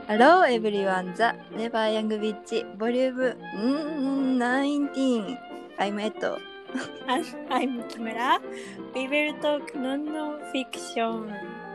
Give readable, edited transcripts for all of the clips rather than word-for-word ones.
Hello everyone, The Never Young Witch Volume 19. I'm Eto. I'm Kimura. We will talk non-fiction.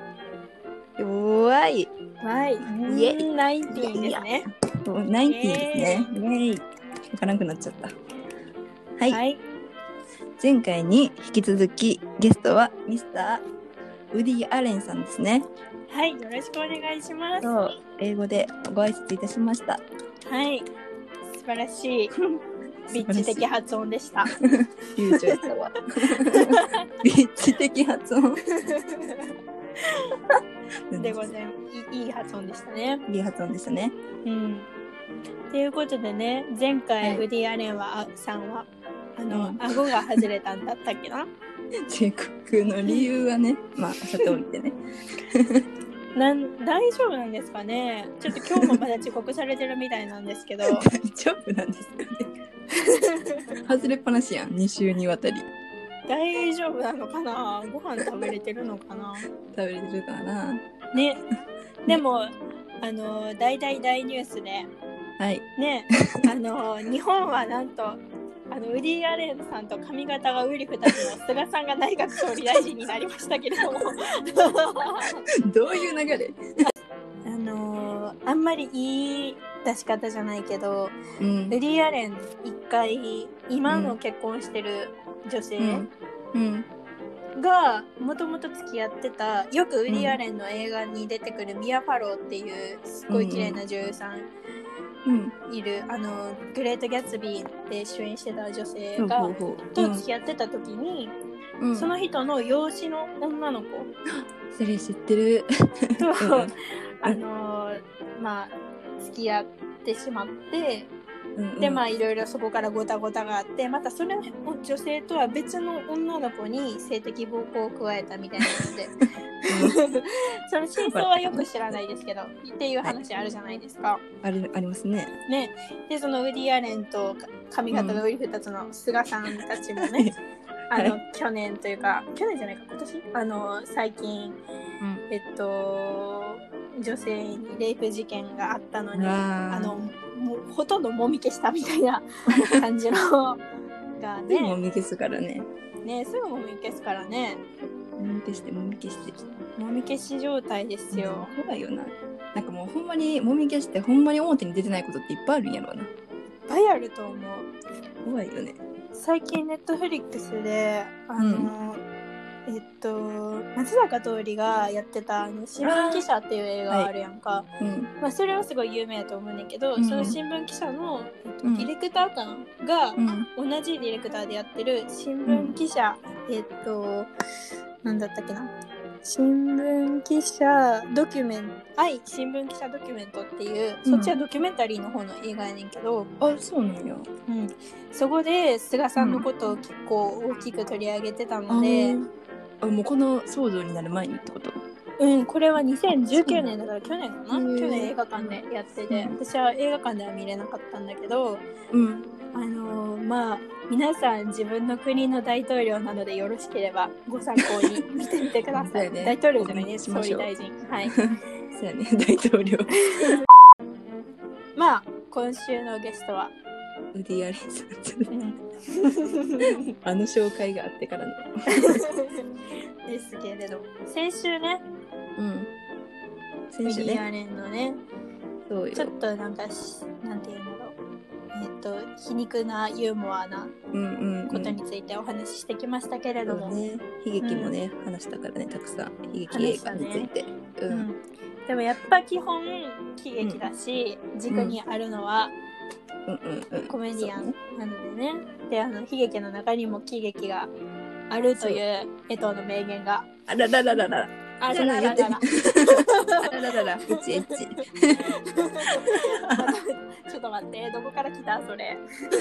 弱い。 はい。 イエイ。 19ですね。 19ですね。イエイ。わからなくなっちゃった。はい。 はい。 前回に引き続きゲストはミスターウディ・アレンさんですね。 はい。よろしくお願いします。 そう、英語でご挨拶いたしました。 はい。素晴らしい。ビッチ的発音でした。 流暢やったわ。ビッチ的発音。 でございます。いい発音でしたね。 いい発音でしたね。 うん。ということでね、前回、 はい、 ウディ・アレンさんは顎が外れたんだったっけな。 遅刻の理由はね、まあおっしゃっておいてね。 大丈夫なんですかね。ちょっと今日もまだ遅刻されてるみたいなんですけど。 大丈夫なんですかね。外れっぱなしやん、2週にわたり。 大丈夫なのかな。ご飯食べれてるのかな。 食べれてるかな。 ね。でも大ニュースで、 はい。 ね、日本はなんとウディ・アレンさんと髪型がウリ二つの菅さんが内閣総理大臣になりましたけれどもどういう流れ？ あんまりいい出し方じゃないけど、 うん、 ウディ・アレン一回今の結婚してる女性がもともと付き合ってた、よくウディ・アレンの映画に出てくるミア・ファローっていうすごい綺麗な女優さんいる、グレート・ギャツビーで主演してた女性がと付き合ってた時に、その人の養子の女の子、 それ知ってるとまあ付き合ってしまって、でまあいろいろそこからゴタゴタがあって、またそれを女性とは別の女の子に性的暴行を加えたみたいなのでその真相はよく知らないですけどっていう話あるじゃないですか。 ありますね。 でそのウディ・アレンと髪型がウリ二つの菅さんたちもね、去年というか去年じゃないか今年最近、女性にレイプ事件があったのにもうほとんどもみ消したみたいな感じのがね。 もみ消すからね。 すぐもみ消すからね。 もみ消して。もみ消し状態ですよ。 怖いよな。なんかもうほんまにもみ消してほんまに表に出てないことっていっぱいあるんやろうな。いっぱいあると思う。 怖いよね。 最近ネットフリックスで松坂桃李がやってた新聞記者っていう映画あるやんか。まあ、それはすごい有名だと思うんだけど、その新聞記者の、ディレクターかなが、同じディレクターでやってる新聞記者、なんだったっけな、新聞記者ドキュメントっていう、そっちはドキュメンタリーの方の映画やねんけど、 そうなんや。 そこで菅さんのことを結構大きく取り上げてたので、 もうこの騒動になる前にってこと？ これは2019年だから去年かな。去年映画館でやってて、私は映画館では見れなかったんだけど、まあ皆さん自分の国の大統領なのでよろしければご参考に見てみてください。大統領じゃないね、総理大臣。はい。 そうやね、大統領。 まあ今週のゲストはウディ・アレンさん。紹介があってからのですけれど、先週ね、ウディ・アレンのね、そうよ、ちょっとなんていうんだろう、皮肉なユーモアなことについてお話ししてきましたけれども、 悲劇もね、話したからね、たくさん悲劇映画について。 でもやっぱ基本喜劇だし、軸にあるのはコメディアンなのでね。で悲劇の中にも喜劇があるという江藤の名言があらららららあらららららエッチエッチちょっと待って、どこから来たそれ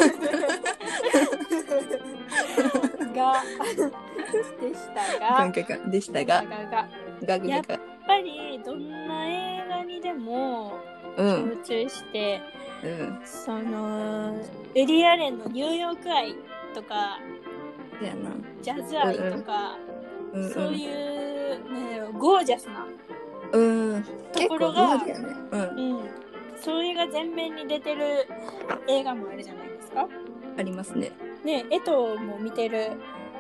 でしたがやっぱりどんな映画にでも共通して、そのウディ・アレンのニューヨーク愛とかジャズ愛とか、そういう、ゴージャスなところが、 結構ね、 それが前面に出てる映画もあるじゃないですか。 ありますね。 ね、エトも見てる、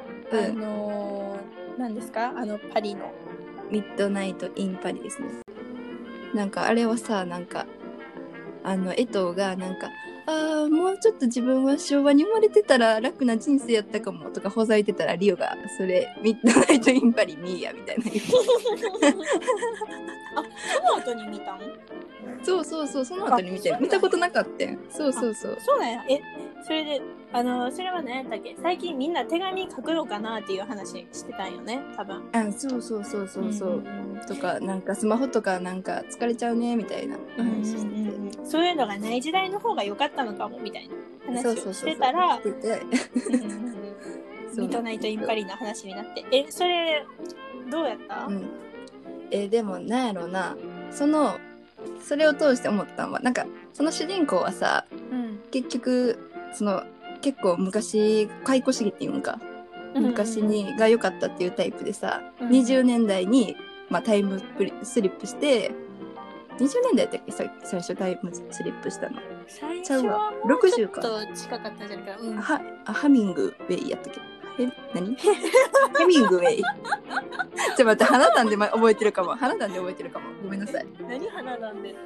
何ですか、パリのミッドナイト・イン・パリですね。なんかあれはさ、なんかエトがなんかもうちょっと自分は昭和に生まれてたら楽な人生やったかもとかほざいてたら、リオがそれミッドナイト・イン・パリ見いやみたいなその後に見たん？ そうその後に見たことなかったん。そうなんや。それでそれは何やったっけ、最近みんな手紙書くのかなっていう話してたんよね、多分。 そうとか、なんかスマホとかなんか疲れちゃうねみたいな話してて、 そういうのがない時代の方が良かったのかもみたいな話をしてたらミッドナイト・イン・パリの話になって、それどうやった？ でもなんやろうな、それを通して思ったのは、なんかその主人公はさ、結局結構昔解雇主義っていうのか、昔が良かったっていうタイプでさ、20年代に、タイムスリップして、20年代だっけ最初タイムスリップしたの。 最初はもうちょっと近かったんじゃないかな。 ハミングウェイやったっけ？何？ヘミングウェイ。ちょっと待って、花壇で覚えてるかも。ごめんなさい。 何花壇でって。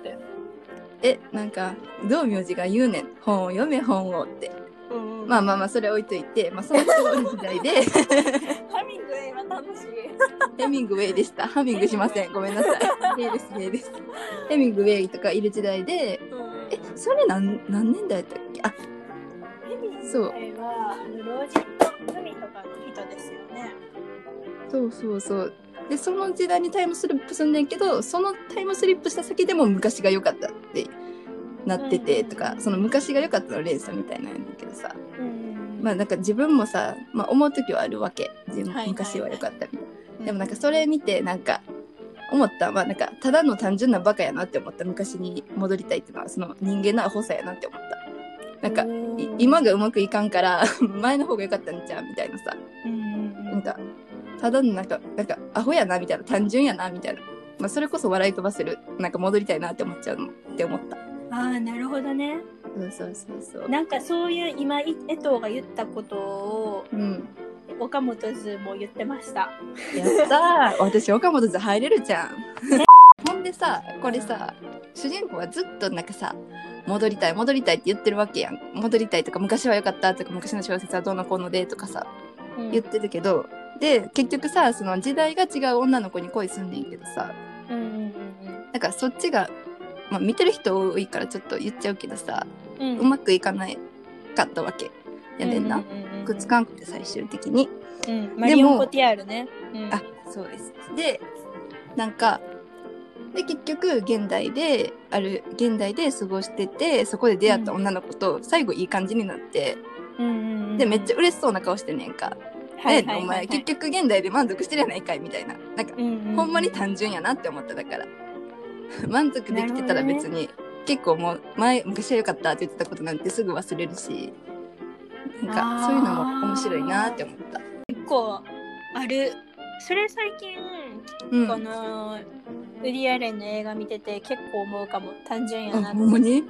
なんか道明寺が言うねん。本を読め本をって。まあそれ置いといて、その人の時代でハミングウェイは楽しい。 ヘミングウェイでした。ハミングしません。ごめんなさい。例です。ヘミングウェイとかいる時代で、それ何年代だったっけ？ ヘミングウェイは老人の海とかの人ですよね。 そうで、その時代にタイムスリップすんねんけど、そのタイムスリップした先でも昔が良かったってなっててとか、その昔が良かったの連鎖みたいなんやねんけどさ、なんか自分もさ、思う時はあるわけ。昔は良かったみたいな。でもなんかそれ見てなんか思ったなんかただの単純なバカやなって思った。昔に戻りたいっていうのはその人間のアホさやなって思った。なんか今がうまくいかんから前の方が良かったんちゃうみたいなさ、なんかただのなんかアホやなみたいな、単純やなみたいな、それこそ笑い飛ばせる、なんか戻りたいなって思っちゃうのって思った。 なるほどね。 そうなんかそういう今江藤が言ったことを、岡本図も言ってました。やったー。私岡本図入れるじゃん。ほんでさ、これさ、主人公はずっとなんかさ、戻りたいって言ってるわけやん。戻りたいとか、昔は良かったとか、昔の小説はどうのこうのでとかさ、言ってるけど、で結局さ、その時代が違う女の子に恋すんねんけどさ、だからそっちが、見てる人多いからちょっと言っちゃうけどさ、うまくいかないかったわけやねんな。くっつかんくて最終的に。 マリオン・コティアールね。 そうです。で、なんかで結局現代で過ごしてて、そこで出会った女の子と最後いい感じになって、でめっちゃ嬉しそうな顔してんねんか。お前結局現代で満足してるやないかいみたいな、なんか、ほんまに単純やなって思った。だから満足できてたら別に、結構もう昔は良かったって言ってたことなんてすぐ忘れるし、なんかそういうのも面白いなって思った。 結構ある。それ最近、このウディ・アレンの映画見てて結構思うかも。単純やなって。 ほんまに？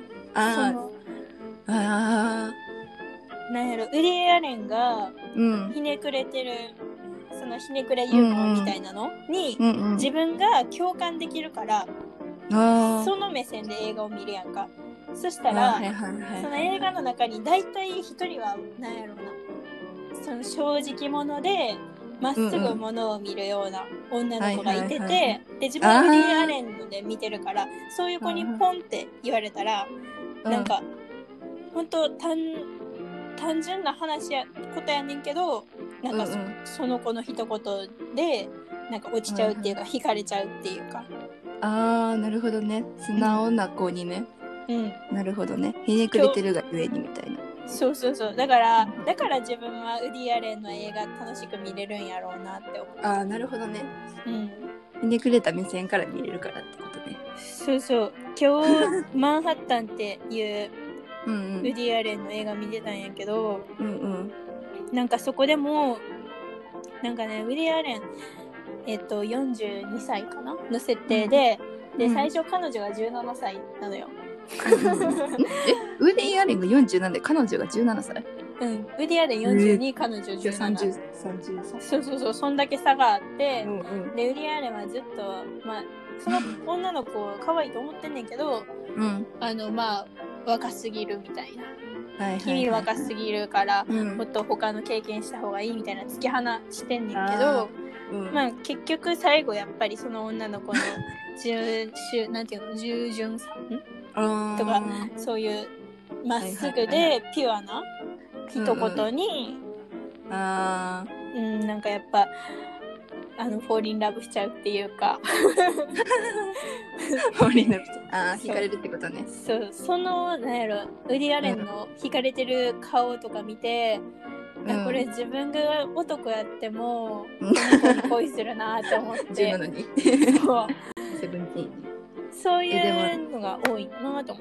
なんやろ、ウディ・アレンがひねくれてる、そのひねくれユーモアみたいなのに、自分が共感できるから、その目線で映画を見るやんか。そしたら、その映画の中に大体一人はなんやろな、その正直者でまっすぐものを見るような女の子がいてて、で自分はウディ・アレンので見てるから、そういう子にポンって言われたら、なんか本当単純なことやねんけど、なんかその子の一言でなんか落ちちゃうっていうか、惹かれちゃうっていうか。 なるほどね。素直な子にね。なるほどね。ひねくれてるがゆえにみたいな。 そうだから自分はウディ・アレンの映画楽しく見れるんやろうなって思う。 なるほどね。ひねくれた目線から見れるからってことね。 今日マンハッタンっていうウディ・アレンの映画見てたんやけど、なんかそこでもなんかね、ウディ・アレン 42歳かなの設定で、で最初彼女が17歳なのよ。 ウディ・アレンが47で彼女が17歳？ うん、ウディ・アレン42、彼女17。そう、そんだけ差があって、でウディ・アレンはずっと、まあ、その女の子可愛いと思ってんねんけど、まあ若すぎるみたいな。君若すぎるから、もっと他の経験した方がいいみたいな突き放してんねんけど、まあ結局最後やっぱりその女の子のなんていうの、従順さとかそういうまっすぐでピュアな一言に、なんかやっぱフォーリンラブしちゃうっていうかフォーリンラブしちゃう。惹かれるってことね。 そう、そのなんやろ、ウディ・アレンの惹かれてる顔とか見て、これ自分が男やってもこの子に恋するなと思って 17にそう 17 そういうのが多いなと思った。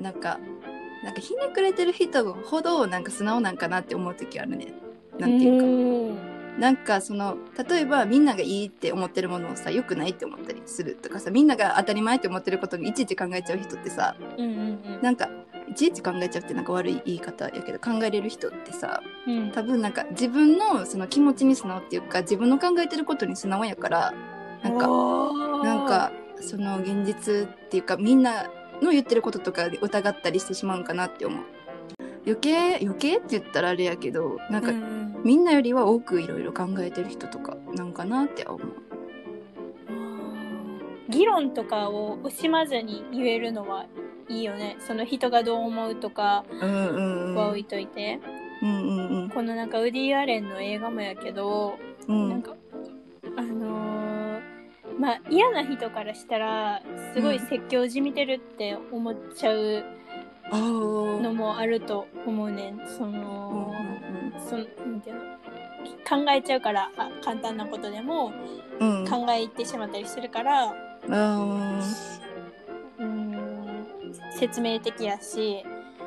なんかひねくれてる人ほどなんか素直なんかなって思う時あるね。なんていうか、なんかその例えばみんながいいって思ってるものをさ良くないって思ったりするとかさ、みんなが当たり前って思ってることにいちいち考えちゃう人ってさ、なんかいちいち考えちゃうってなんか悪い言い方やけど、考えれる人ってさ、多分なんか自分のその気持ちに素直っていうか自分の考えてることに素直やから、なんかその現実っていうかみんなの言ってることとかで疑ったりしてしまうんかなって思う。余計って言ったらあれやけど、なんか、みんなよりは多くいろいろ考えてる人とかなんかなって思う。 議論とかを惜しまずに言えるのはいいよね。その人がどう思うとかは置いといて、このなんかウディ・アレンの映画もやけど、なんかまあ嫌な人からしたらすごい説教じみてるって思っちゃうのもあると思うねん。なんていうの、考えちゃうから簡単なことでも考えてしまったりするから、説明的やし、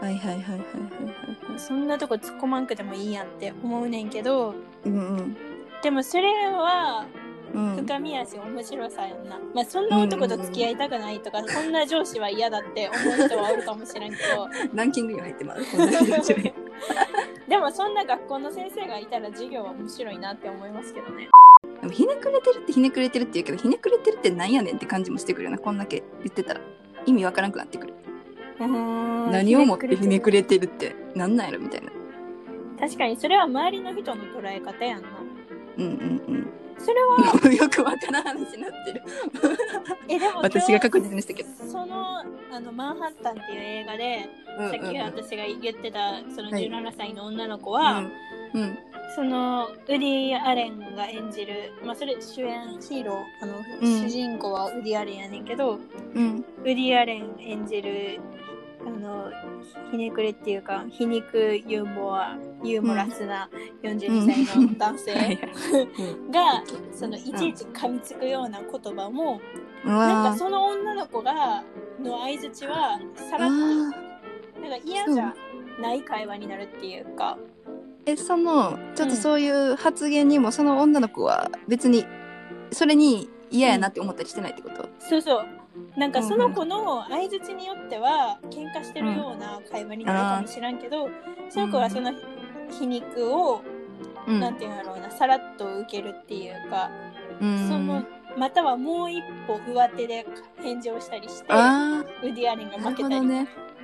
そんなとこ突っ込まんくてもいいやんって思うねんけど、でもそれは深みやし面白さやんな。まあそんな男と付き合いたくないとか、そんな上司は嫌だって思う人はおるかもしれんけどランキングに入ってますでもそんな学校の先生がいたら授業は面白いなって思いますけどね。 でもひねくれてるって言うけど、ひねくれてるってなんやねんって感じもしてくるよな。こんだけ言ってたら意味わからなくなってくる。何をもってひねくれてるってなんなんやろみたいな。 確かにそれは周りの人の捉え方やんな。それはよくわからん話になってるでも私が確実にしたけど、 そのマンハッタンっていう映画で、さっき私が言ってたその17歳の女の子は、そのウディ・アレンが演じる、まあそれ主演ヒーロー、主人公はウディ・アレンやねんけど、ウディ・アレン演じるひねくれっていうか皮肉ユーモラスな42歳の男性がそのいちいち噛みつくような言葉も、なんかその女の子がの相づちはさらっとなんか嫌じゃない会話になるっていうか、 そのちょっとそういう発言にもその女の子は別にそれに嫌やなって思ったりしてないってこと？ そう、なんかその子の相づちによっては喧嘩してるような会話になるかもしらんけど、その子はその皮肉を、なんていうんだろうな、さらっと受けるっていうか、そのまたはもう一歩上手で返事をしたりして、ウディ・アレンが負けたり、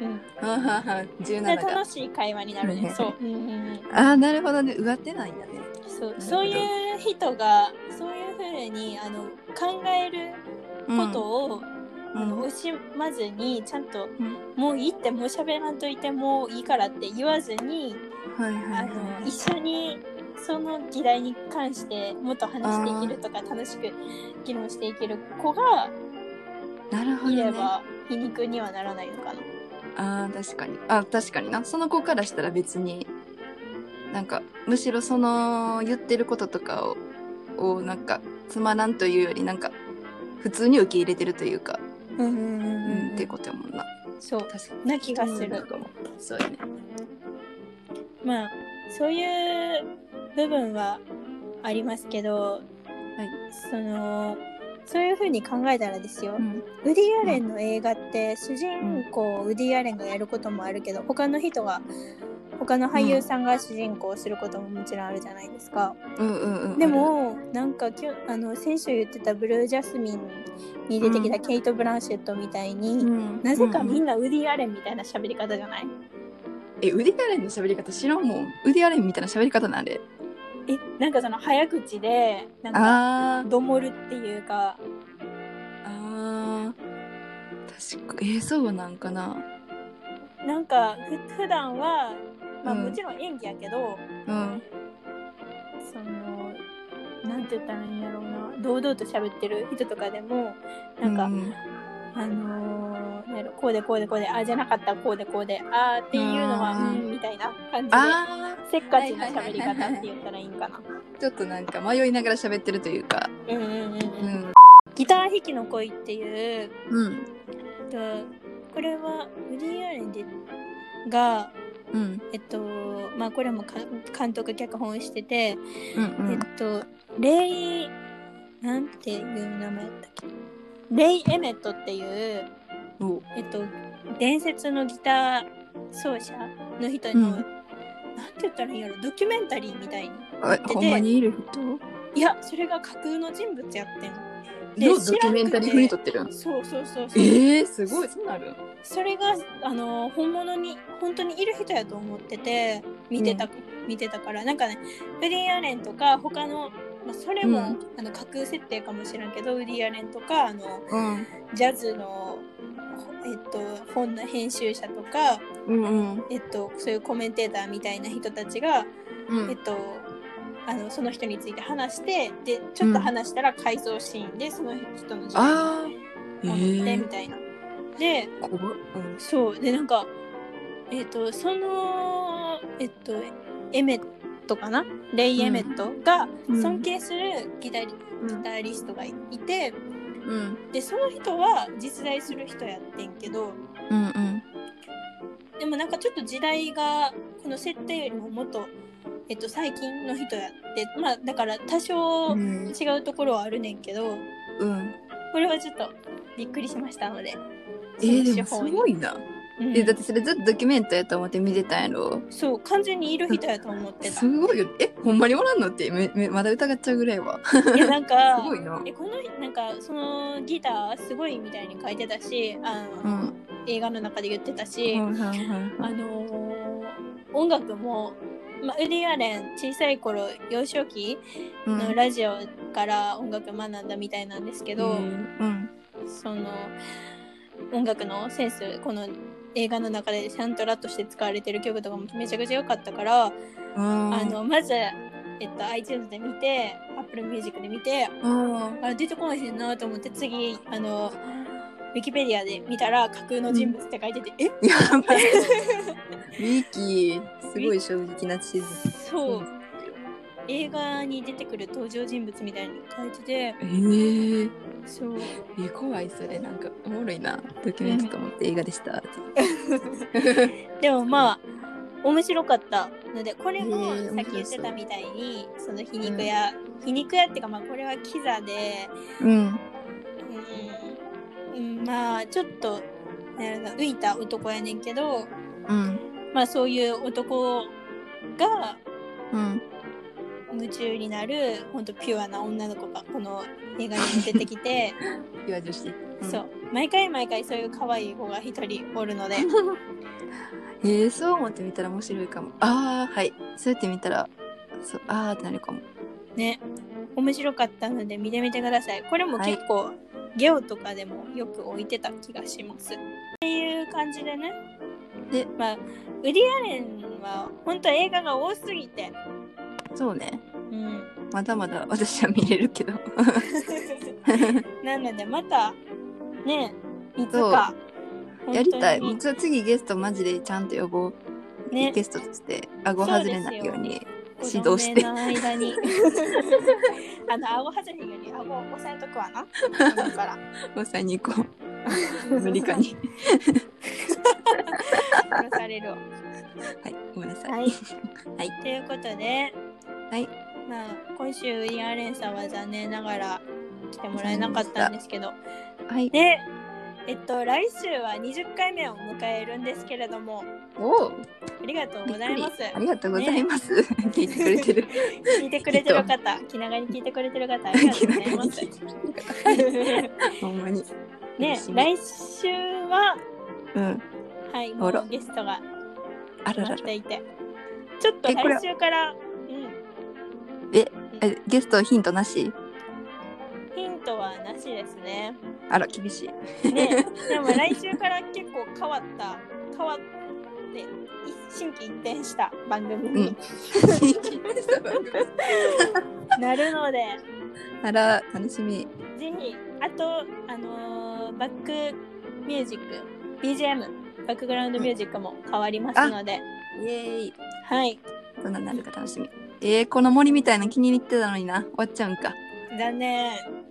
楽しい会話になるね。そう。 なるほどね、上手なんやね。 そういう人がそういう風に考えることを、惜しまずにちゃんと、もういいってもう喋らんといてもういいからって言わずに、一緒にその議題に関してもっと話していけるとか楽しく議論していける子がいれば皮肉にはならないのかな。 確かにな。その子からしたら別になんかむしろその言ってることとかをなんかつまらんというよりなんか普通に受け入れてるというか、ってことやもんな。 そう、な気がする。 そうやね。 まあそういう部分はありますけど、 そういう風に考えたらですよ、ウディ・アレンの映画って主人公ウディ・アレンがやることもあるけど、他の俳優さんが主人公をすることももちろんあるじゃないですか。でもなんか先週言ってたブルージャスミンに出てきたケイト・ブランシェットみたいに、なぜかみんなウディ・アレンみたいな喋り方じゃない？ ウディ・アレンの喋り方知らんもん。ウディ・アレンみたいな喋り方なんで。 なんかその早口でなんかどもるっていうか。 確かそうなんかな。 なんか普段はもちろん演技やけど、なんて言ったらいいんやろうな、堂々と喋ってる人とかでもなんか、こうでじゃなかったこうでっていうのはみたいな感じでせっかちな喋り方って言ったらいいんかな。 ちょっとなんか迷いながら喋ってるというか。 ギター弾きの恋っていう、これはウディ・アレンがこれも監督脚本してて、なんていう名前だったっけ、レイ・エメットっていう伝説のギター奏者の人の、なんて言ったらいいんやろ、ドキュメンタリーみたいになってて、 ほんまにいる人？ いや、それが架空の人物やってんのドキュメンタリー風に撮ってるん？ そうすごい、そうなる。 それが本当にいる人やと思ってて見てたから、なんかね、ウディ・アレンとか他の、それも、架空設定かもしれんけど、ウディ・アレンとかジャズの本の編集者とか、そういうコメンテーターみたいな人たちが、その人について話して、でちょっと話したら回想シーンでその人の時代に戻ってみたいな。で、そうで、なんかそのエメットかな、レイ・エメットが尊敬するギタリストがいて、でその人は実在する人やってんけど、でもなんかちょっと時代がこの設定よりももっと最近の人やって、だから多少違うところはあるねんけど、これはちょっとびっくりしましたので。 でもすごいな。だってそれずっとドキュメントやと思って見てたんやろ。 そう、完全にいる人やと思ってた。 すごいよ。ほんまにおらんのってまだ疑っちゃうぐらいは。 いや、なんかすごいな。 このなんかそのギターすごいみたいに書いてたし、映画の中で言ってたし、音楽も、ウディ・アレン小さい頃幼少期のラジオから音楽学んだみたいなんですけど、その音楽のセンス、この映画の中でサントラとして使われてる曲とかもめちゃくちゃ良かったから、まず、iTunes で見て、Apple Music で見て、出てこないへんなと思って、次ウィキペディアで見たら架空の人物って書いてて、やばい。 ウィキすごい衝撃な地図。 そう、映画に出てくる登場人物みたいに書いてて、そう、 怖い。それなんかおもろいな。ドキュメントと思って映画でしたでも面白かったので、これもさっき言ってたみたいにその皮肉屋っていうか、これはキザで、ちょっと浮いた男やねんけど、そういう男が夢中になる本当ピュアな女の子がこの映画にも出てきてピュア女子、 そう、毎回そういう可愛い子が一人おるのでそう思ってみたら面白いかも。はい、そうやって見たらってなるかもね。面白かったので見てみてください。これも結構、ゲオとかでもよく置いてた気がしますっていう感じでね。で、ウディ・アレンは本当映画が多すぎて、 そうね、まだまだ私は見れるけどなのでまたね、いつかやりたい。次ゲストマジでちゃんと呼ぼう、ゲストとして顎外れないように指導して、 の間に顎外れないように顎を押さえとくわなだから押さえに行こうアメリカに殺されるわ。 はい、ごめんなさい。 はい、ということで、 はい、 まあ今週ウディ・アレンさんは残念ながら来てもらえなかったんですけど、 はい。 で、来週は20回目を迎えるんですけれども、 お、 ありがとうございます。 ありがとうございます。ね、聞いてくれてる。 聞いてくれてる方、気長に聞いてくれてる方、ありがとうございます。 ほんまに。 ね、来週は、はい、もうゲストが決まっていて、ちょっと来週から、 ゲストヒントなし？ ヒントはなしですね。 あら、厳しい。 ね、でも来週から結構変わって心機一転した番組に、なるので、 あら、楽しみ。 ぜひ、あとバックミュージック BGM バックグラウンドミュージックも変わりますので、 イエーイ。 はい、 どんなになるか楽しみ。この森みたいな気に入ってたのにな、終わっちゃうんか。 残念。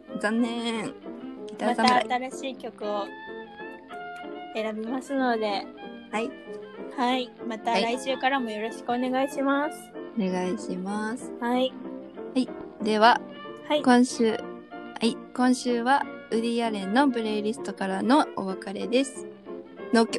また新しい曲を選びますので、はい、また来週からもよろしくお願いします。 お願いします。 はい。 では、今週はウディ・アレンのプレイリストからのお別れです。もう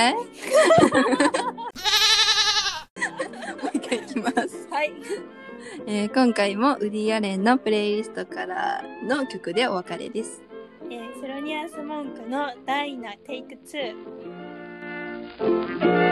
一回いきます。 はい。 今回もウディ・アレンのプレイリストからの曲でお別れです。 セロニアス・モンクのダイナテイク2。